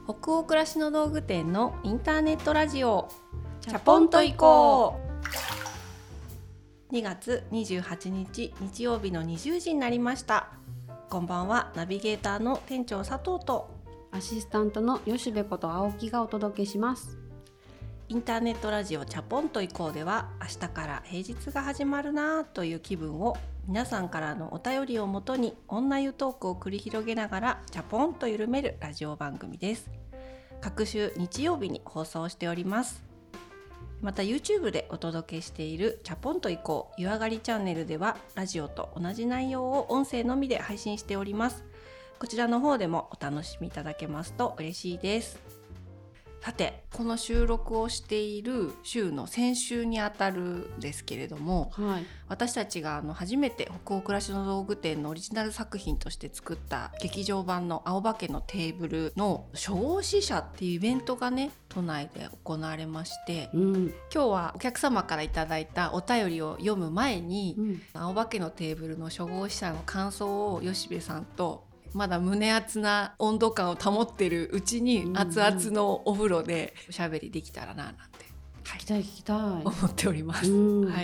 北欧暮らしの道具店のインターネットラジオチャポンと行こう。2月28日日曜日の20時になりました。こんばんは。ナビゲーターの店長佐藤とアシスタントの吉部こと青木がお届けします。 インターネットラジオチャポンと行こうでは、明日から平日が始まるなという気分を皆さんからのお便りをもとに女湯トークを繰り広げながらチャポンと緩めるラジオ番組です。各週日曜日に放送しております。また YouTube でお届けしているチャポンと行こう湯上がりチャンネルではラジオと同じ内容を音声のみで配信しております。こちらの方でもお楽しみいただけますと嬉しいです。さて、この収録をしている週の先週にあたるんですけれども、私たちが初めて北欧暮らしの道具店のオリジナル作品として作った劇場版の青葉家のテーブルの初号試写っていうイベントがね、都内で行われまして、今日はお客様からいただいたお便りを読む前に、青葉家のテーブルの初号試写の感想を吉部さんとまだ胸熱な温度感を保ってるうちに熱々のお風呂でおしゃべりできたらななんて、 聞きたい思っております。はい、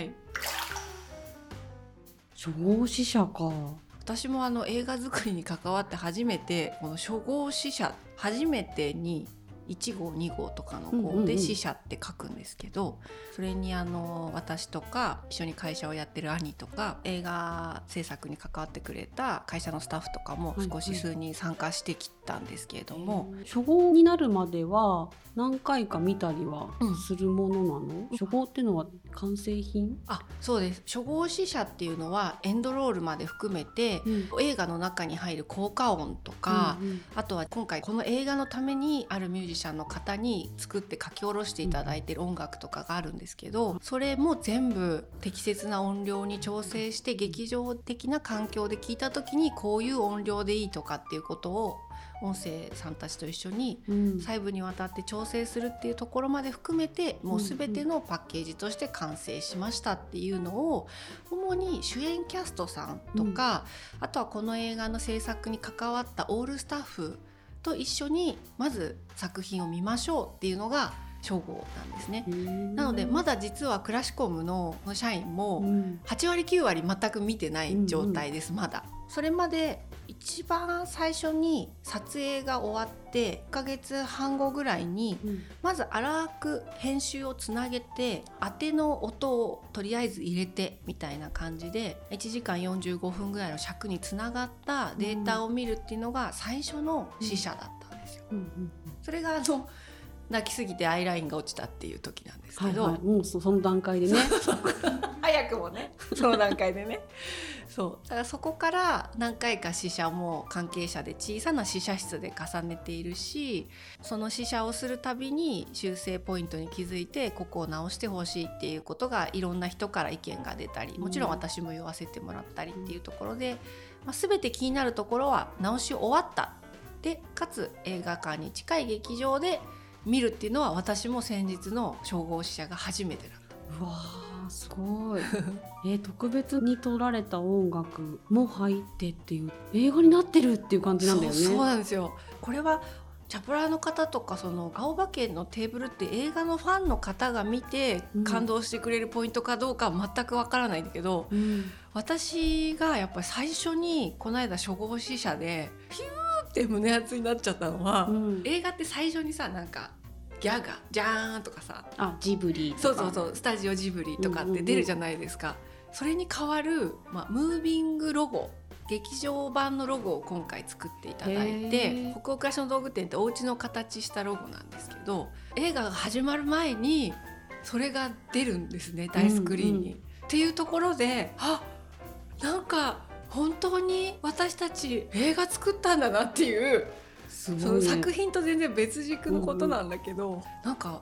初号試写か。 私も映画作りに関わって初めてこの初号試写、初めてに1号2号とかの号で試写って書くんですけど、それに私とか一緒に会社をやってる兄とか映画制作に関わってくれた会社のスタッフとかも少し数人参加してきたんですけれども、 初号になるまでは何回か見たりはするものなの？初号っていうのは完成品？ そうです。初号試写っていうのはエンドロールまで含めて、映画の中に入る効果音とか、あとは今回この映画のためにあるミュージシャンの方に作って書き下ろしていただいている音楽とかがあるんですけど、それも全部適切な音量に調整して劇場的な環境で聞いた時にこういう音量でいいとかっていうことを音声さんたちと一緒に細部にわたって調整するっていうところまで含めて、もう全てのパッケージとして完成しましたっていうのを主に主演キャストさんとか、あとはこの映画の制作に関わったオールスタッフと一緒にまず作品を見ましょうっていうのが初号なんですね。なのでまだ実はクラシコムの社員も8割9割全く見てない状態です。まだそれまで一番最初に撮影が終わって1ヶ月半後ぐらいに、まず荒く編集をつなげて当ての音をとりあえず入れてみたいな感じで1時間45分ぐらいの尺につながったデータを見るっていうのが最初の試写だったんですよ。それが泣きすぎてアイラインが落ちたっていう時なんですけど、 もうその段階でね早くもねその段階でねそうだからそこから何回か試写も関係者で小さな試写室で重ねているし、その試写をするたびに修正ポイントに気づいてここを直してほしいっていうことがいろんな人から意見が出たり、もちろん私も言わせてもらったりっていうところで、全て気になるところは直し終わったで、かつ映画館に近い劇場で見るっていうのは私も先日の初号試写が初めてだった。 うわーすごい特別に撮られた音楽も入ってっていう映画になってるっていう感じなんだよね。 そうなんですよ。これはチャプラーの方とかその青葉家のテーブルって映画のファンの方が見て感動してくれるポイントかどうかは全くわからないんだけど、私がやっぱり最初にこの間初号試写でヒューって胸熱になっちゃったのは、映画って最初にさ、なんかギャガジャーンとかさ、 ジブリとかそうスタジオジブリとかって出るじゃないですか。それに代わる、ムービングロゴ、劇場版のロゴを今回作っていただいて、北欧暮らしの道具店ってお家の形したロゴなんですけど、映画が始まる前にそれが出るんですね、大スクリーンに、っていうところで、なんか本当に私たち映画作ったんだなっていう、その作品と全然別軸のことなんだけど、なんか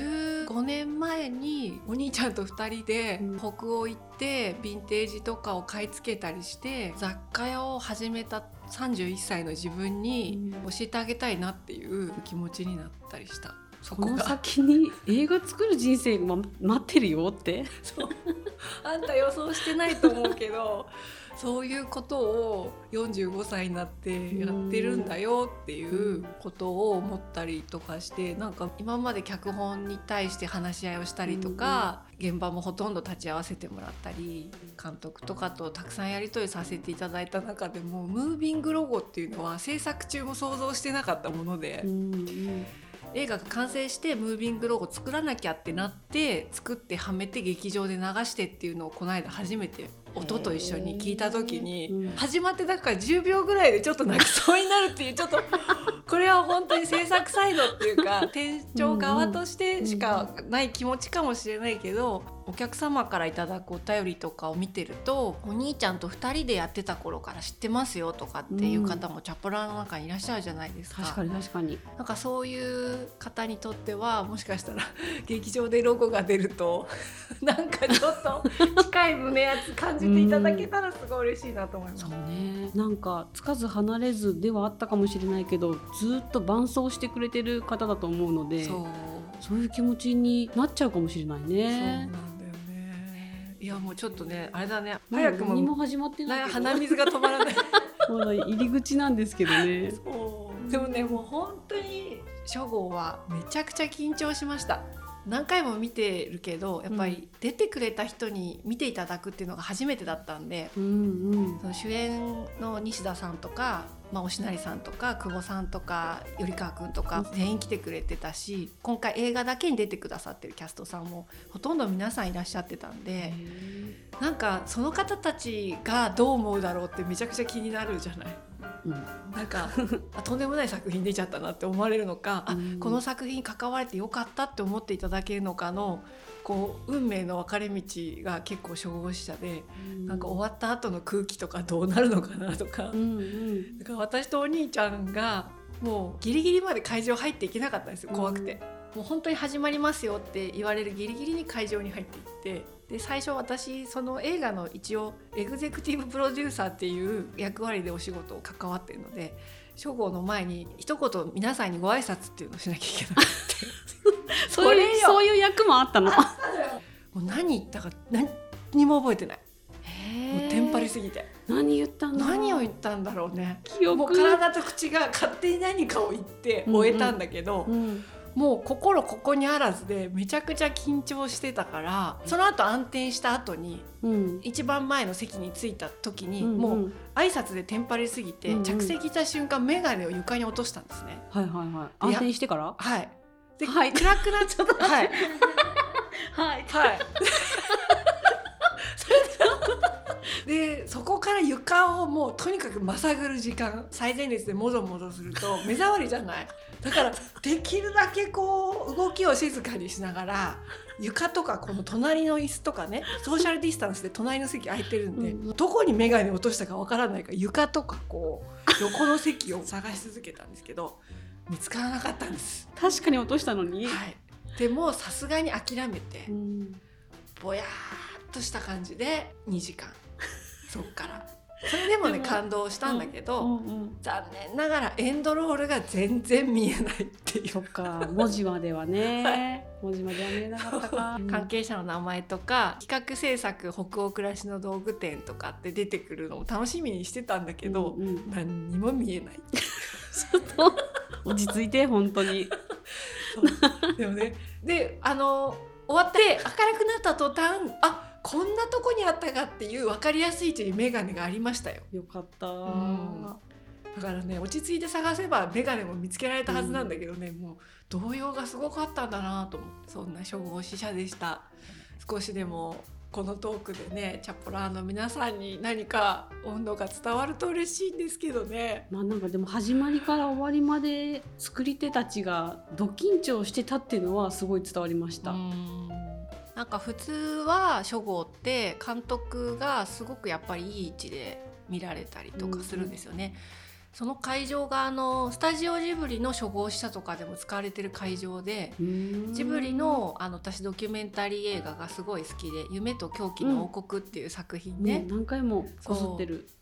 15年前にお兄ちゃんと2人で北欧行ってヴィンテージとかを買い付けたりして雑貨屋を始めた31歳の自分に教えてあげたいなっていう気持ちになったりした。そこがこの先に映画作る人生が待ってるよってそうあんた予想してないと思うけどそういうことを45歳になってやってるんだよっていうことを思ったりとかして、なんか今まで脚本に対して話し合いをしたりとか、現場もほとんど立ち会わせてもらったり、監督とかとたくさんやり取りさせていただいた中でも、ムービングロゴっていうのは制作中も想像してなかったもので、映画が完成してムービングロゴ作らなきゃってなって、作ってはめて劇場で流してっていうのをこの間初めて音と一緒に聞いた時に、始まってだから10秒ぐらいでちょっと泣きそうになるっていう、ちょっとこれは本当に制作サイドっていうか店長側としてしかない気持ちかもしれないけど、お客様からいただくお便りとかを見てると、お兄ちゃんと2人でやってた頃から知ってますよとかっていう方もチャポラーの中にいらっしゃるじゃないですか。 確かに確かに。 なんかそういう方にとってはもしかしたら劇場でロゴが出るとなんかちょっと近い胸熱感じていただけたらすごい嬉しいなと思います。 そうね、なんかつかず離れずではあったかもしれないけど、ずっと伴走してくれてる方だと思うので、そういう気持ちになっちゃうかもしれないね。 そうなんだよね。いやもうちょっとねあれだね、早くも何も始まってないけど鼻水が止まらないまだ入り口なんですけどね。 そうでもね、もう本当に初号はめちゃくちゃ緊張しました。何回も見てるけどやっぱり出てくれた人に見ていただくっていうのが初めてだったんで、その主演の西田さんとか、おしなりさんとか久保さんとか頼川くんとか全員来てくれてたし、今回映画だけに出てくださってるキャストさんもほとんど皆さんいらっしゃってたんで、なんかその方たちがどう思うだろうってめちゃくちゃ気になるじゃない。なんかとんでもない作品出ちゃったなって思われるのか、この作品に関われてよかったって思っていただけるのかのこう運命の分かれ道が結構初号死者で、なんか終わった後の空気とかどうなるのかなとか、だから私とお兄ちゃんがもうギリギリまで会場入っていけなかったんですよ、怖くて。もう本当に始まりますよって言われるギリギリに会場に入っていって、で最初私その映画の一応エグゼクティブプロデューサーっていう役割でお仕事を関わっているので、初号の前に一言皆さんにご挨拶っていうのをしなきゃいけなくてそういう役もあったのもう何言ったか何にも覚えてない。もうテンパりすぎて何言ったんだろう、 何を言ったんだろうね。 記憶もう体と口が勝手に何かを言って終えたんだけど、もう心ここにあらずでめちゃくちゃ緊張してたから、その後暗転した後に、一番前の席に着いた時に、もう挨拶でテンパりすぎて、着席した瞬間眼鏡を床に落としたんですね。 暗転してからで、暗くなっちゃったでそこから床をもうとにかくまさぐる時間、最前列でもぞもぞすると目障りじゃない。だからできるだけこう動きを静かにしながら、床とかこの隣の椅子とかね、ソーシャルディスタンスで隣の席空いてるんで、どこに眼鏡落としたかわからないから床とかこう横の席を探し続けたんですけど見つからなかったんです。 確かに落としたのに、 でもさすがに諦めて、ぼやーっとした感じで2時間そっからそれでもね感動したんだけど、残念ながらエンドロールが全然見えないっていう。 そっか、文字まではね、文字までは見えなかったか関係者の名前とか企画制作北欧暮らしの道具店とかって出てくるのを楽しみにしてたんだけど、何にも見えないちょっと落ち着いて本当にでもね、で終わって明るくなった途端、こんなとこにあったかっていう分かりやすい位置にメガネがありましたよ。 よかった、 だからね落ち着いて探せばメガネも見つけられたはずなんだけどね、もう動揺がすごかったんだなと思って、そんな初号死者でした。少しでもこのトークでねチャポラーの皆さんに何か温度が伝わると嬉しいんですけどね。 なんかでも始まりから終わりまで作り手たちがド緊張してたっていうのはすごい伝わりました。 なんか普通は初号って監督がすごくやっぱりいい位置で見られたりとかするんですよね。その会場がスタジオジブリの初号死者とかでも使われてる会場で、ジブリの私ドキュメンタリー映画がすごい好きで、夢と狂気の王国っていう作品ね、 何回もこすってる。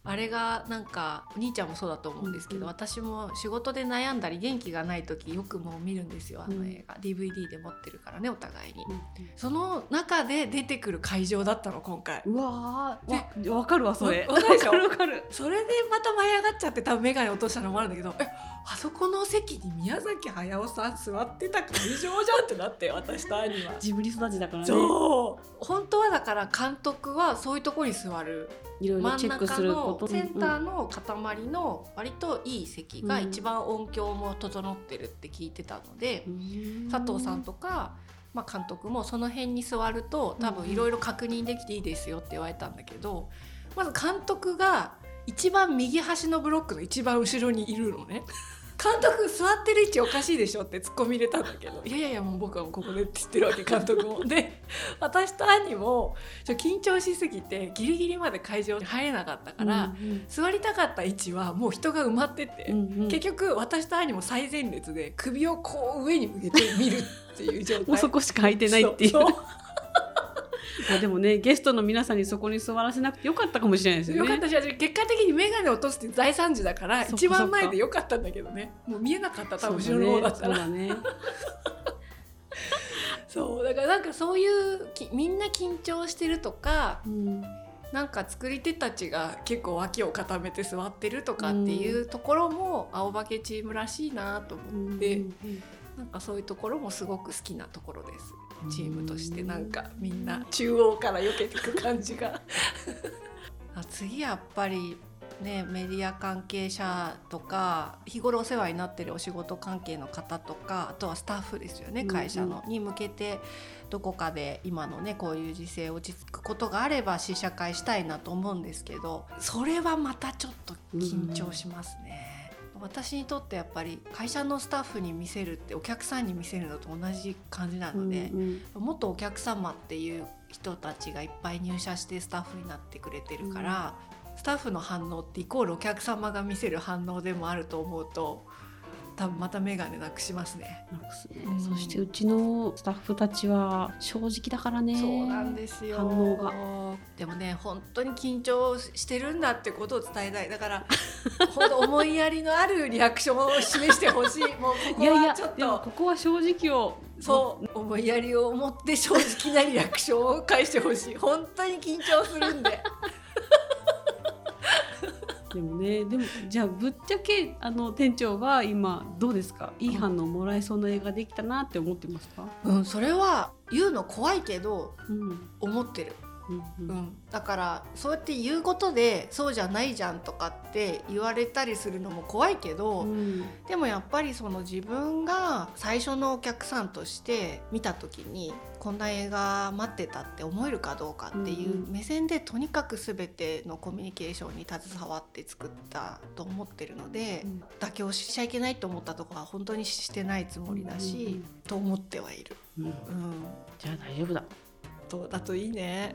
あれがなんかお兄ちゃんもそうだと思うんですけど、私も仕事で悩んだり元気がない時よくもう見るんですよ、あの映画、DVD で持ってるからねお互いに、その中で出てくる会場だったの今回。 うわー、わかるわそれ。 わかるでしょ。 わかる。 それでまた舞い上がっちゃって多分眼鏡落としたのもあるんだけど、あそこの席に宮崎駿さん座ってた会場じゃんってなって私と兄は。 ジブリ育ちだからね。 そう本当はだから監督はそういうところに座る、 いろいろチェックすること、 真ん中のセンターの塊の割といい席が一番音響も整ってるって聞いてたので、佐藤さんとか、監督もその辺に座ると多分いろいろ確認できていいですよって言われたんだけど、まず監督が一番右端のブロックの一番後ろにいるのね。監督座ってる位置おかしいでしょって突っ込み入れたんだけど、いやもう僕はここでって言ってるわけ監督も。で私と兄も緊張しすぎてギリギリまで会場に入れなかったから、座りたかった位置はもう人が埋まってて、結局私と兄も最前列で首をこう上に向けて見るっていう状態。 もうそこしか空いてないっていう。そうでもね、ゲストの皆さんにそこに座らせなくてよかったかもしれないですよね。 よかったし、結果的に眼鏡を落とすって大惨事だから一番前でよかったんだけどね、もう見えなかった、多分後ろの方だったら。そうだね。そうだからなんかそういうみんな緊張してるとか、なんか作り手たちが結構脇を固めて座ってるとかっていうところも青化けチームらしいなと思って、なんかそういうところもすごく好きなところです。チームとしてなんかみんな中央から避けていく感じが次やっぱりね、メディア関係者とか日頃お世話になってるお仕事関係の方とか、あとはスタッフですよね、会社のに向けてどこかで今のねこういう時勢落ち着くことがあれば試写会したいなと思うんですけど、それはまたちょっと緊張しますね。私にとってやっぱり会社のスタッフに見せるってお客さんに見せるのと同じ感じなので、もっとお客様っていう人たちがいっぱい入社してスタッフになってくれてるから、スタッフの反応ってイコールお客様が見せる反応でもあると思うと、多分また眼鏡なくしますね。 そしてうちのスタッフたちは正直だからね。 そうなんですよ、 反応が。 でもね本当に緊張してるんだってことを伝えたい。だから本当思いやりのあるリアクションを示してほしい。もうここはちょっとでもここは正直を、 そう思いやりを持って正直なリアクションを返してほしい。本当に緊張するんででもじゃあぶっちゃけ店長は今どうですか？いい反応もらえそうな映画できたなって思ってますか？ それは言うの怖いけど、思ってる。だからそうやって言うことでそうじゃないじゃんとかって言われたりするのも怖いけど、でもやっぱりその自分が最初のお客さんとして見た時にこんな映画待ってたって思えるかどうかっていう目線でとにかく全てのコミュニケーションに携わって作ったと思ってるので、妥協しちゃいけないと思ったところは本当にしてないつもりだし、と思ってはいる。 じゃあ大丈夫だだといいね。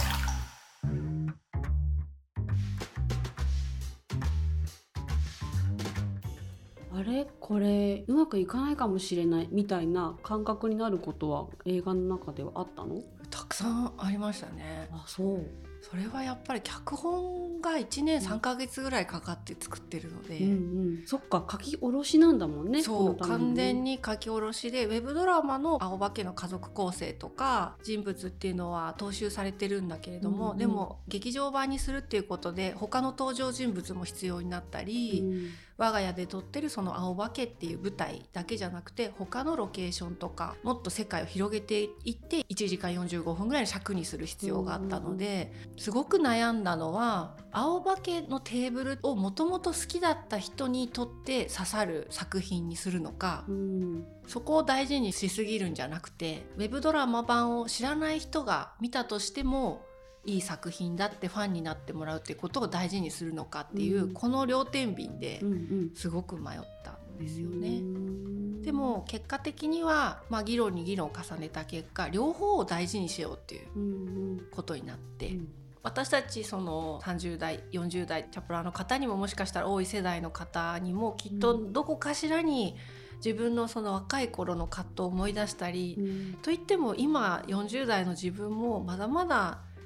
あれこれうまくいかないかもしれないみたいな感覚になることは映画の中ではあったの？ たくさんありましたね。 そう。 それはやっぱり脚本が1年3ヶ月ぐらいかかって作ってるので、 そっか、書き下ろしなんだもんね。 そう完全に書き下ろしで、ウェブドラマの青葉家の家族構成とか人物っていうのは踏襲されてるんだけれども、でも劇場版にするっていうことで他の登場人物も必要になったり、我が家で撮ってるその青葉家っていう舞台だけじゃなくて他のロケーションとかもっと世界を広げていって1時間45分ぐらいの尺にする必要があったので、すごく悩んだのは青葉家のテーブルをもともと好きだった人にとって刺さる作品にするのか、そこを大事にしすぎるんじゃなくてウェブドラマ版を知らない人が見たとしてもいい作品だってファンになってもらうってことを大事にするのかっていう、この両天秤ですごく迷ったんですよね。でも結果的には、議論に議論を重ねた結果両方を大事にしようっていうことになって、私たちその30代40代チャプラーの方にももしかしたら多い世代の方にもきっとどこかしらに自分のその若い頃の葛藤を思い出したり、といっても今40代の自分もまだまだ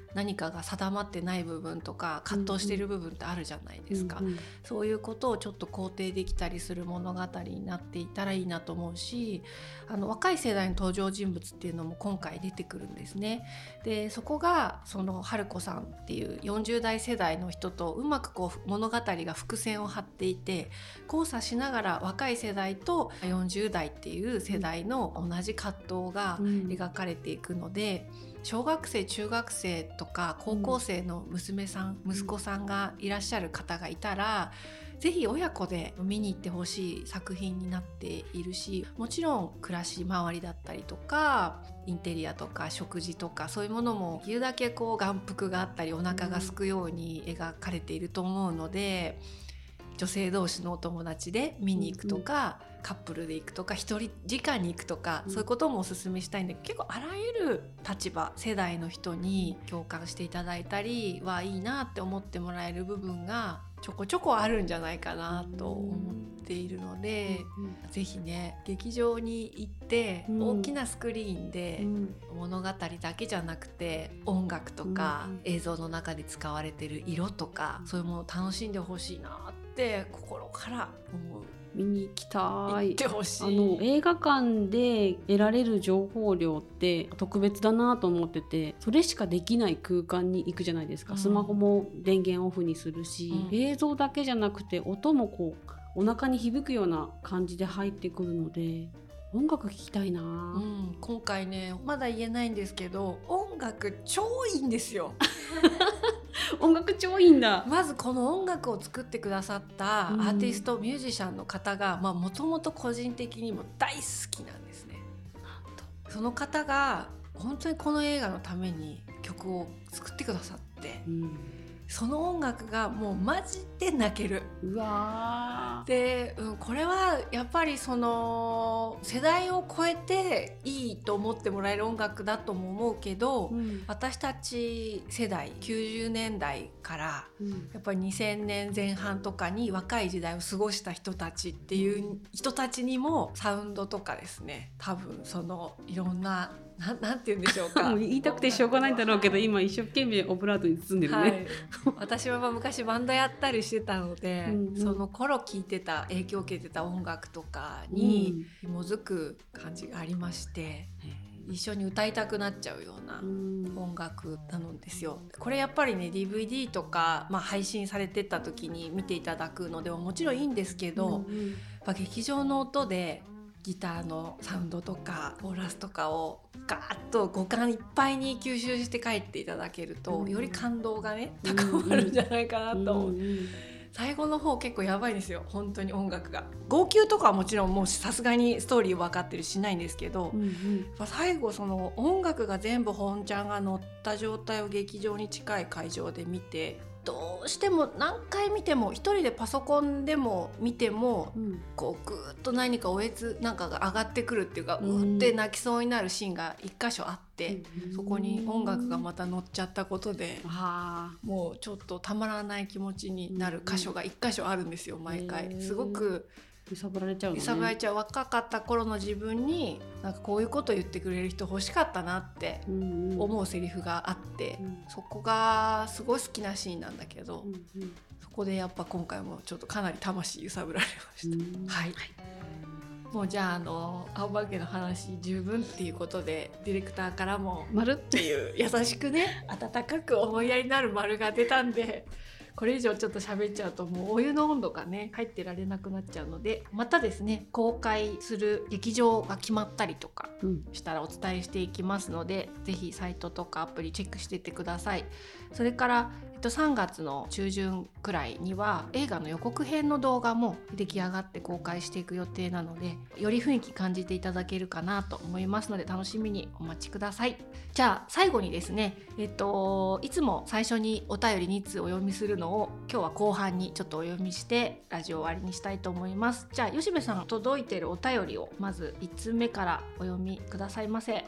何かが定まってない部分とか葛藤している部分ってあるじゃないですか、そういうことをちょっと肯定できたりする物語になっていたらいいなと思うし、若い世代の登場人物っていうのも今回出てくるんですね。でそこがその春子さんっていう40代世代の人とうまくこう物語が伏線を張っていて、交差しながら若い世代と40代っていう世代の同じ葛藤が描かれていくので、小学生中学生とか高校生の娘さん、息子さんがいらっしゃる方がいたら、ぜひ親子で見に行ってほしい作品になっているし、もちろん暮らし周りだったりとかインテリアとか食事とかそういうものもできるだけこう眼福があったりお腹が空くように描かれていると思うので、女性同士のお友達で見に行くとか、カップルで行くとか一人時間に行くとか、そういうこともおすすめしたいんで、結構あらゆる立場世代の人に共感していただいたりはいいなって思ってもらえる部分がちょこちょこあるんじゃないかなと思っているので、ぜひね劇場に行って大きなスクリーンで物語だけじゃなくて音楽とか映像の中で使われてる色とかそういうものを楽しんでほしいなって心から思う。 見に行きたい。 行ってほしい。 映画館で得られる情報量って特別だなと思ってて、それしかできない空間に行くじゃないですか、スマホも電源オフにするし、映像だけじゃなくて音もこうお腹に響くような感じで入ってくるので、音楽聴きたいな、 今回ねまだ言えないんですけど音楽超いいんですよ音楽超いいんだ。 まずこの音楽を作ってくださったアーティスト、ミュージシャンの方がもともと個人的にも大好きなんですね。その方が本当にこの映画のために曲を作ってくださって、その音楽がもうマジで泣ける。 うわで、これはやっぱりその世代を超えていいと思ってもらえる音楽だとも思うけど、私たち世代90年代からやっぱり2000年前半とかに若い時代を過ごした人たちっていう人たちにもサウンドとかですね、多分そのいろんななんて言うんでしょうかもう言いたくてしょうがないんだろうけど今一生懸命オブラートに包んでるね、 私は昔バンドやったりしてたので、その頃聴いてた影響を受けてた音楽とかに紐づく感じがありまして、一緒に歌いたくなっちゃうような音楽なのですよ。これやっぱりね DVD とか、配信されてた時に見ていただくのでももちろんいいんですけど、やっぱ劇場の音でギターのサウンドとかコーラスとかをガーッと五感いっぱいに吸収して帰っていただけると、より感動がね高まるんじゃないかなと思う。最後の方結構やばいですよ本当に音楽が。号泣とかはもちろんもうさすがにストーリー分かってるしないんですけど、最後その音楽が全部本ちゃんが乗った状態を劇場に近い会場で見て、どうしても何回見ても一人でパソコンでも見ても、こうぐーっと何かおえつなんかが上がってくるっていうか、うーって泣きそうになるシーンが一箇所あって、そこに音楽がまた乗っちゃったことで、もうちょっとたまらない気持ちになる箇所が一箇所あるんですよ毎回。すごく揺さぶられちゃうのね。 揺さぶられちゃう。若かった頃の自分になんかこういうこと言ってくれる人欲しかったなって思うセリフがあって、そこがすごい好きなシーンなんだけど、そこでやっぱ今回もちょっとかなり魂揺さぶられました。はい、もうじゃあ青葉家の話十分っていうことでディレクターからも丸っていう優しくね温かく思いやりのある丸が出たんで、これ以上ちょっと喋っちゃうともうお湯の温度がね入ってられなくなっちゃうので、またですね公開する劇場が決まったりとかしたらお伝えしていきますので、ぜひサイトとかアプリチェックしていってください。それから3月の中旬くらいには映画の予告編の動画も出来上がって公開していく予定なので、より雰囲気感じていただけるかなと思いますので楽しみにお待ちください。じゃあ最後にですね、いつも最初にお便り2通お読みするのを今日は後半にちょっとお読みしてラジオ終わりにしたいと思います。じゃあ吉部さん届いているお便りをまず1通目からお読みくださいませ。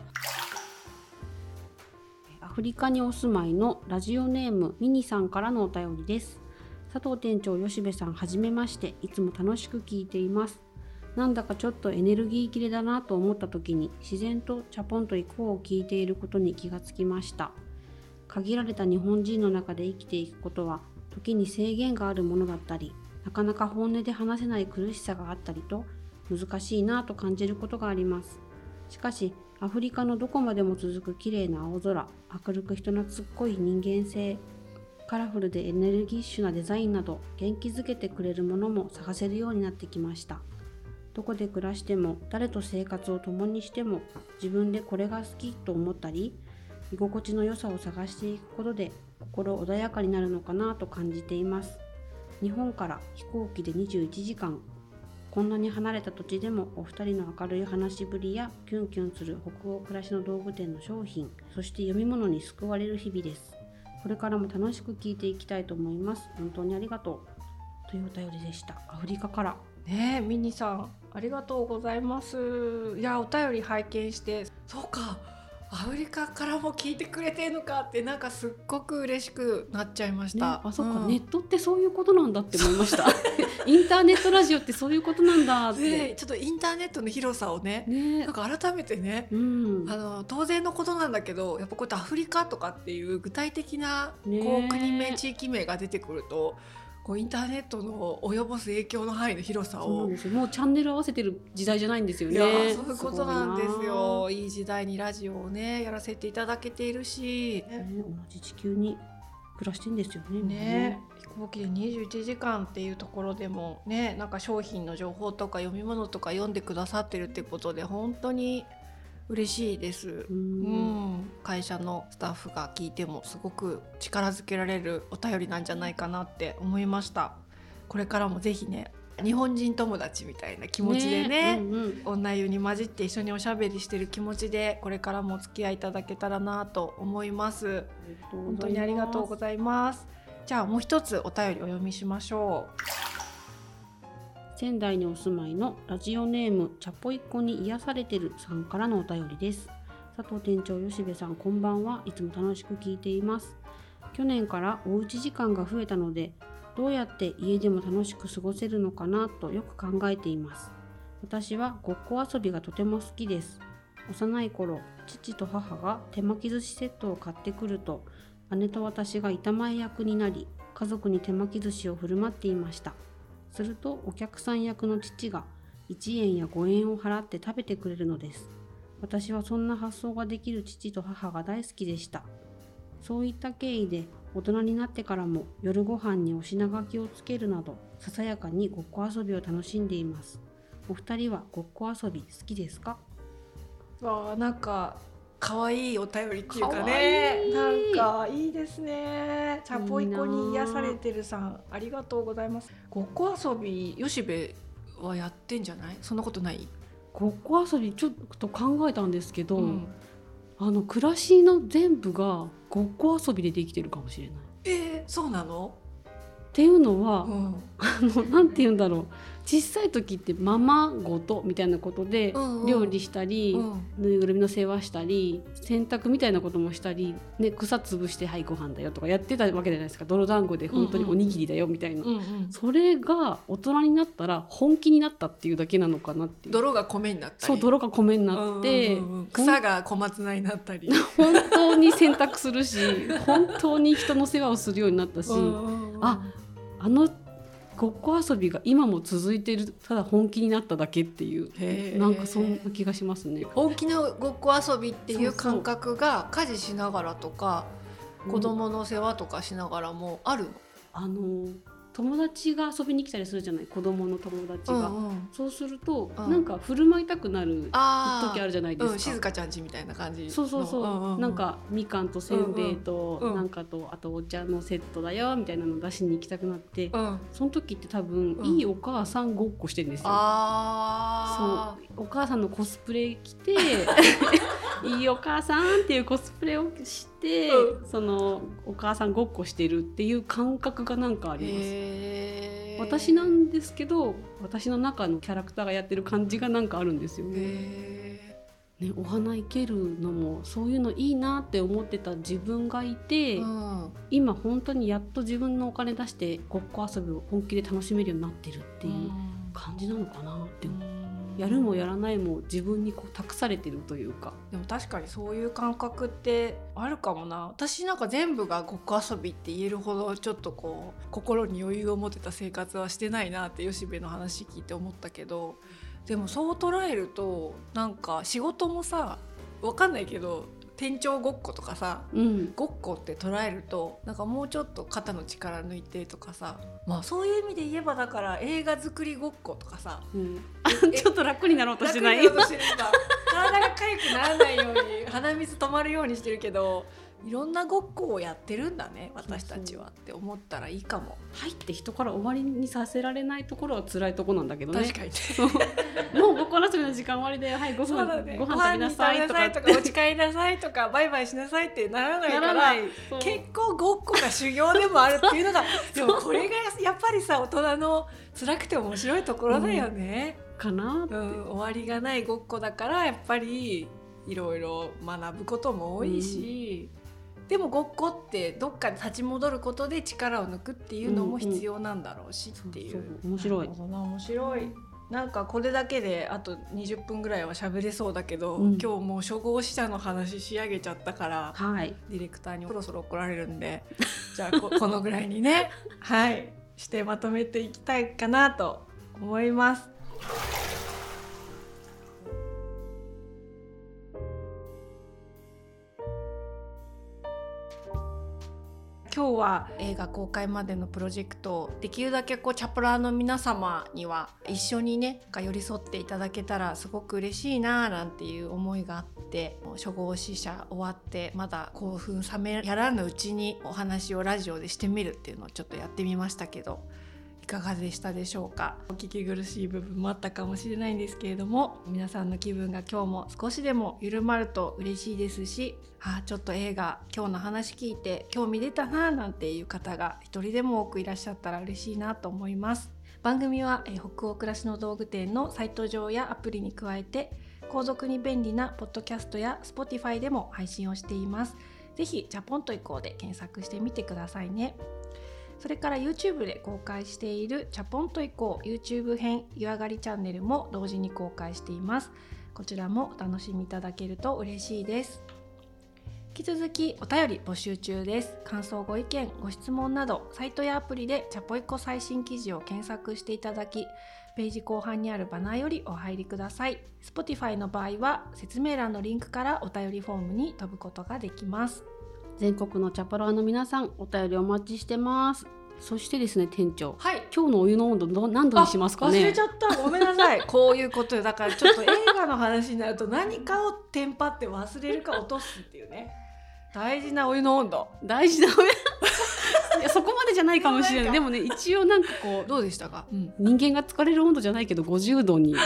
アフリカにお住まいのラジオネームミニさんからのお便りです。佐藤店長、吉部さん、はじめまして。いつも楽しく聞いています。なんだかちょっとエネルギー切れだなと思った時に自然とチャポンと以降を聞いていることに気がつきました。 限られた日本人の中で生きていくことは時に制限があるものだったり、なかなか本音で話せない苦しさがあったりと難しいなと感じることがあります。しかしアフリカのどこまでも続く綺麗な青空、明るく人懐っこい人間性、カラフルでエネルギッシュなデザインなど元気づけてくれるものも探せるようになってきました。どこで暮らしても誰と生活を共にしても自分でこれが好きと思ったり、居心地の良さを探していくことで心穏やかになるのかなと感じています。日本から飛行機で21時間、こんなに離れた土地でもお二人の明るい話しぶりやキュンキュンする北欧暮らしの道具店の商品、そして読み物に救われる日々です。これからも楽しく聞いていきたいと思います。本当にありがとう、というお便りでした。アフリカからね。ミニさんありがとうございます。いや、お便り拝見して、そうか、アフリカからも聞いてくれてるのかってなんかすっごく嬉しくなっちゃいました、 ね、あ、そっか、ネットってそういうことなんだって思いましたインターネットラジオってそういうことなんだって、 ちょっとインターネットの広さをね、なんか改めてね、当然のことなんだけど、やっぱこうやってアフリカとかっていう具体的なこう国名地域名が出てくると、こうインターネットの及ぼす影響の範囲の広さを、 そうですよ、もうチャンネル合わせてる時代じゃないんですよね。 いや、そういうことなんですよ。いい時代にラジオをねやらせていただけているし、 同じ地球に暮らしてんですよね。飛行機で21時間っていうところでもね、なんか商品の情報とか読み物とか読んでくださってるってことで本当に嬉しいです。会社のスタッフが聞いてもすごく力づけられるお便りなんじゃないかなって思いました。これからもぜひね、日本人友達みたいな気持ちでね、女湯に混じって一緒におしゃべりしてる気持ちでこれからもお付き合いいただけたらなと思います。本当にありがとうございます。じゃあもう一つお便りお読みしましょう。 仙台にお住まいのラジオネームチャポイコに癒されてるさんからのお便りです。佐藤店長、吉部さん、こんばんは。いつも楽しく聞いています。去年からおうち時間が増えたので、どうやって家でも楽しく過ごせるのかなとよく考えています。私はごっこ遊びがとても好きです。幼い頃、父と母が手巻き寿司セットを買ってくると、姉と私が板前役になり、家族に手巻き寿司を振る舞っていました。するとお客さん役の父が1円や5円を払って食べてくれるのです。私はそんな発想ができる父と母が大好きでした。そういった経緯で大人になってからも夜ご飯にお品書きをつけるなど、ささやかにごっこ遊びを楽しんでいます。お二人はごっこ遊び好きですか？ なんか可愛いお便りっていうかね、なんかいいですね。チャポイコに癒されてるさん、ありがとうございます。ごっこ遊び、吉部はやってんじゃない？そんなことない？ ごっこ遊びちょっと考えたんですけど、暮らしの全部がごっこ遊びでできてるかもしれない。 そうなの？ っていうのは、なんて言うんだろう、小さい時ってままごとみたいなことで料理したり、ぬいぐるみの世話したり、洗濯みたいなこともしたり、ね、草潰してはいご飯だよとかやってたわけじゃないですか。泥団子で本当におにぎりだよみたいな、それが大人になったら本気になったっていうだけなのかなっていう。 泥が米になったり、 そう、泥が米になって、 草が小松菜になったり本当に洗濯するし本当に人の世話をするようになったし、あのごっこ遊びが今も続いている、ただ本気になっただけっていう、なんかそんな気がしますね。 本気のごっこ遊びっていう感覚が家事しながらとか、子供の世話とかしながらもあるの？ 友達が遊びに来たりするじゃない、子供の友達が、そうすると、なんか振る舞いたくなる時あるじゃないですか。 静香ちゃんちみたいな感じ。 そう、なんかみかんとせんべいと、なんかとあとお茶のセットだよみたいなの出しに行きたくなって、その時って多分、いいお母さんごっこしてるんですよ。そう、お母さんのコスプレ着ていいお母さんっていうコスプレをして、そのお母さんごっこしてるっていう感覚がなんかあります。私なんですけど、私の中のキャラクターがやってる感じがなんかあるんですよね。お花いけるのもそういうのいいなって思ってた自分がいて、今本当にやっと自分のお金出してごっこ遊びを本気で楽しめるようになってるっていう感じなのかなって。 やるもやらないも自分にこう託されてるというか。 でも確かにそういう感覚ってあるかもな。私なんか全部がごっこ遊びって言えるほどちょっとこう心に余裕を持てた生活はしてないなって吉部の話聞いて思ったけど、でもそう捉えるとなんか仕事もさ、わかんないけど店長ごっことかさ、ごっこって捉えるとなんかもうちょっと肩の力抜いてとかさ、まあそういう意味で言えばだから映画作りごっことかさ、 ちょっと楽になろうとしてない？ 楽になろうとしてるんだ。体が痒くならないように鼻水止まるようにしてるけど、いろんなごっこをやってるんだね私たちはって思ったらいいかも。 入って人から終わりにさせられないところは辛いとこなんだけどね。 確かにもうごっこ遊びの時間終わりで、はい、ご飯食べなさいとかお家帰りなさいとかバイバイしなさいってならないから結構ごっこが修行でもあるっていうのがでもこれがやっぱりさ大人の辛くて面白いところだよね、 かなって、 終わりがないごっこだからやっぱりいろいろ学ぶことも多いし、でもごっこってどっかに立ち戻ることで力を抜くっていうのも必要なんだろうしっていう、 面白い。 面白い。なんかこれだけであと20分ぐらいは喋れそうだけど、今日もう初号死者の話仕上げちゃったから、ディレクターにそろそろ怒られるんでじゃあ このぐらいにねはいしてまとめていきたいかなと思います。今日は映画公開までのプロジェクトをできるだけこうチャプラーの皆様には一緒にね寄り添っていただけたらすごく嬉しいななんていう思いがあって、初号死者終わってまだ興奮冷めやらぬうちにお話をラジオでしてみるっていうのをちょっとやってみましたけど、いかがでしたでしょうか。お聞き苦しい部分もあったかもしれないんですけれども、皆さんの気分が今日も少しでも緩まると嬉しいですし、ちょっと映画今日の話聞いて興味出たななんていう方が一人でも多くいらっしゃったら嬉しいなと思います。番組は北欧暮らしの道具店のサイト上やアプリに加えて後続に便利なポッドキャストや Spotify でも配信をしています。ぜひジャポンと行こうで検索してみてくださいね。それから YouTube で公開しているチャポンと行こう YouTube 編湯上がりチャンネルも同時に公開しています。こちらもお楽しみいただけると嬉しいです。引き続きお便り募集中です。感想ご意見ご質問などサイトやアプリでチャポイコ最新記事を検索していただき、ページ後半にあるバナーよりお入りください。 Spotify の場合は説明欄のリンクからお便りフォームに飛ぶことができます。 全国のチャポラーの皆さんお便りお待ちしてます。そしてですね店長、今日のお湯の温度何度にしますかね。 忘れちゃった、ごめんなさいこういうことよ。だからちょっと映画の話になると何かをテンパって忘れるか落とすっていうね大事なお湯の温度、 大事なお湯いやそこまでじゃないかもしれない。でもね一応なんかこうどうでしたか、 人間が疲れる温度じゃないけど50度に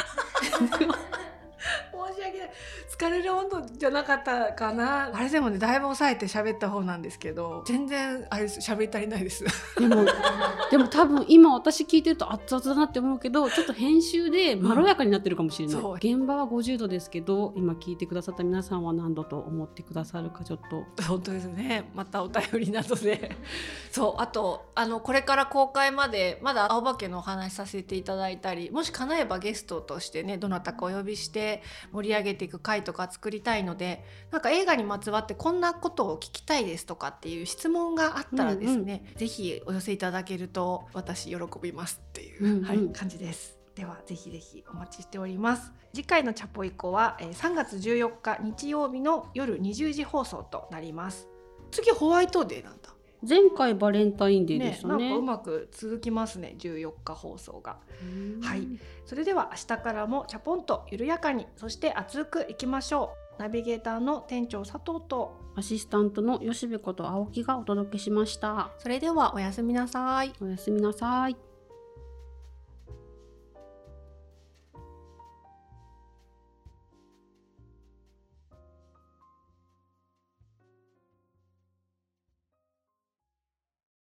申し訳ない、疲れる温度じゃなかったかな。あれでもねだいぶ抑えて喋った方なんですけど全然あれ喋り足りないですでも多分今私聞いてると熱々だなって思うけどちょっと編集でまろやかになってるかもしれない、現場は50度ですけど今聞いてくださった皆さんは何度と思ってくださるかちょっと本当ですね。またお便りなどでそうあとこれから公開までまだ青葉家のお話させていただいたり、もし叶えばゲストとしてねどなたかお呼びして盛り上げていく回とか作りたいので、なんか映画にまつわってこんなことを聞きたいですとかっていう質問があったらですね、ぜひお寄せいただけると私喜びますっていう、感じです。ではぜひぜひお待ちしております。次回のチャポイコは3月14日日曜日の夜20時放送となります。次ホワイトデーなんだ。 前回バレンタインデーでしたね。 なんかうまく続きますね14日放送が。はい、それでは明日からもチャポンと緩やかにそして熱くいきましょう。ナビゲーターの店長佐藤とアシスタントの吉部こと青木がお届けしました。 それではおやすみなさい。 おやすみなさい。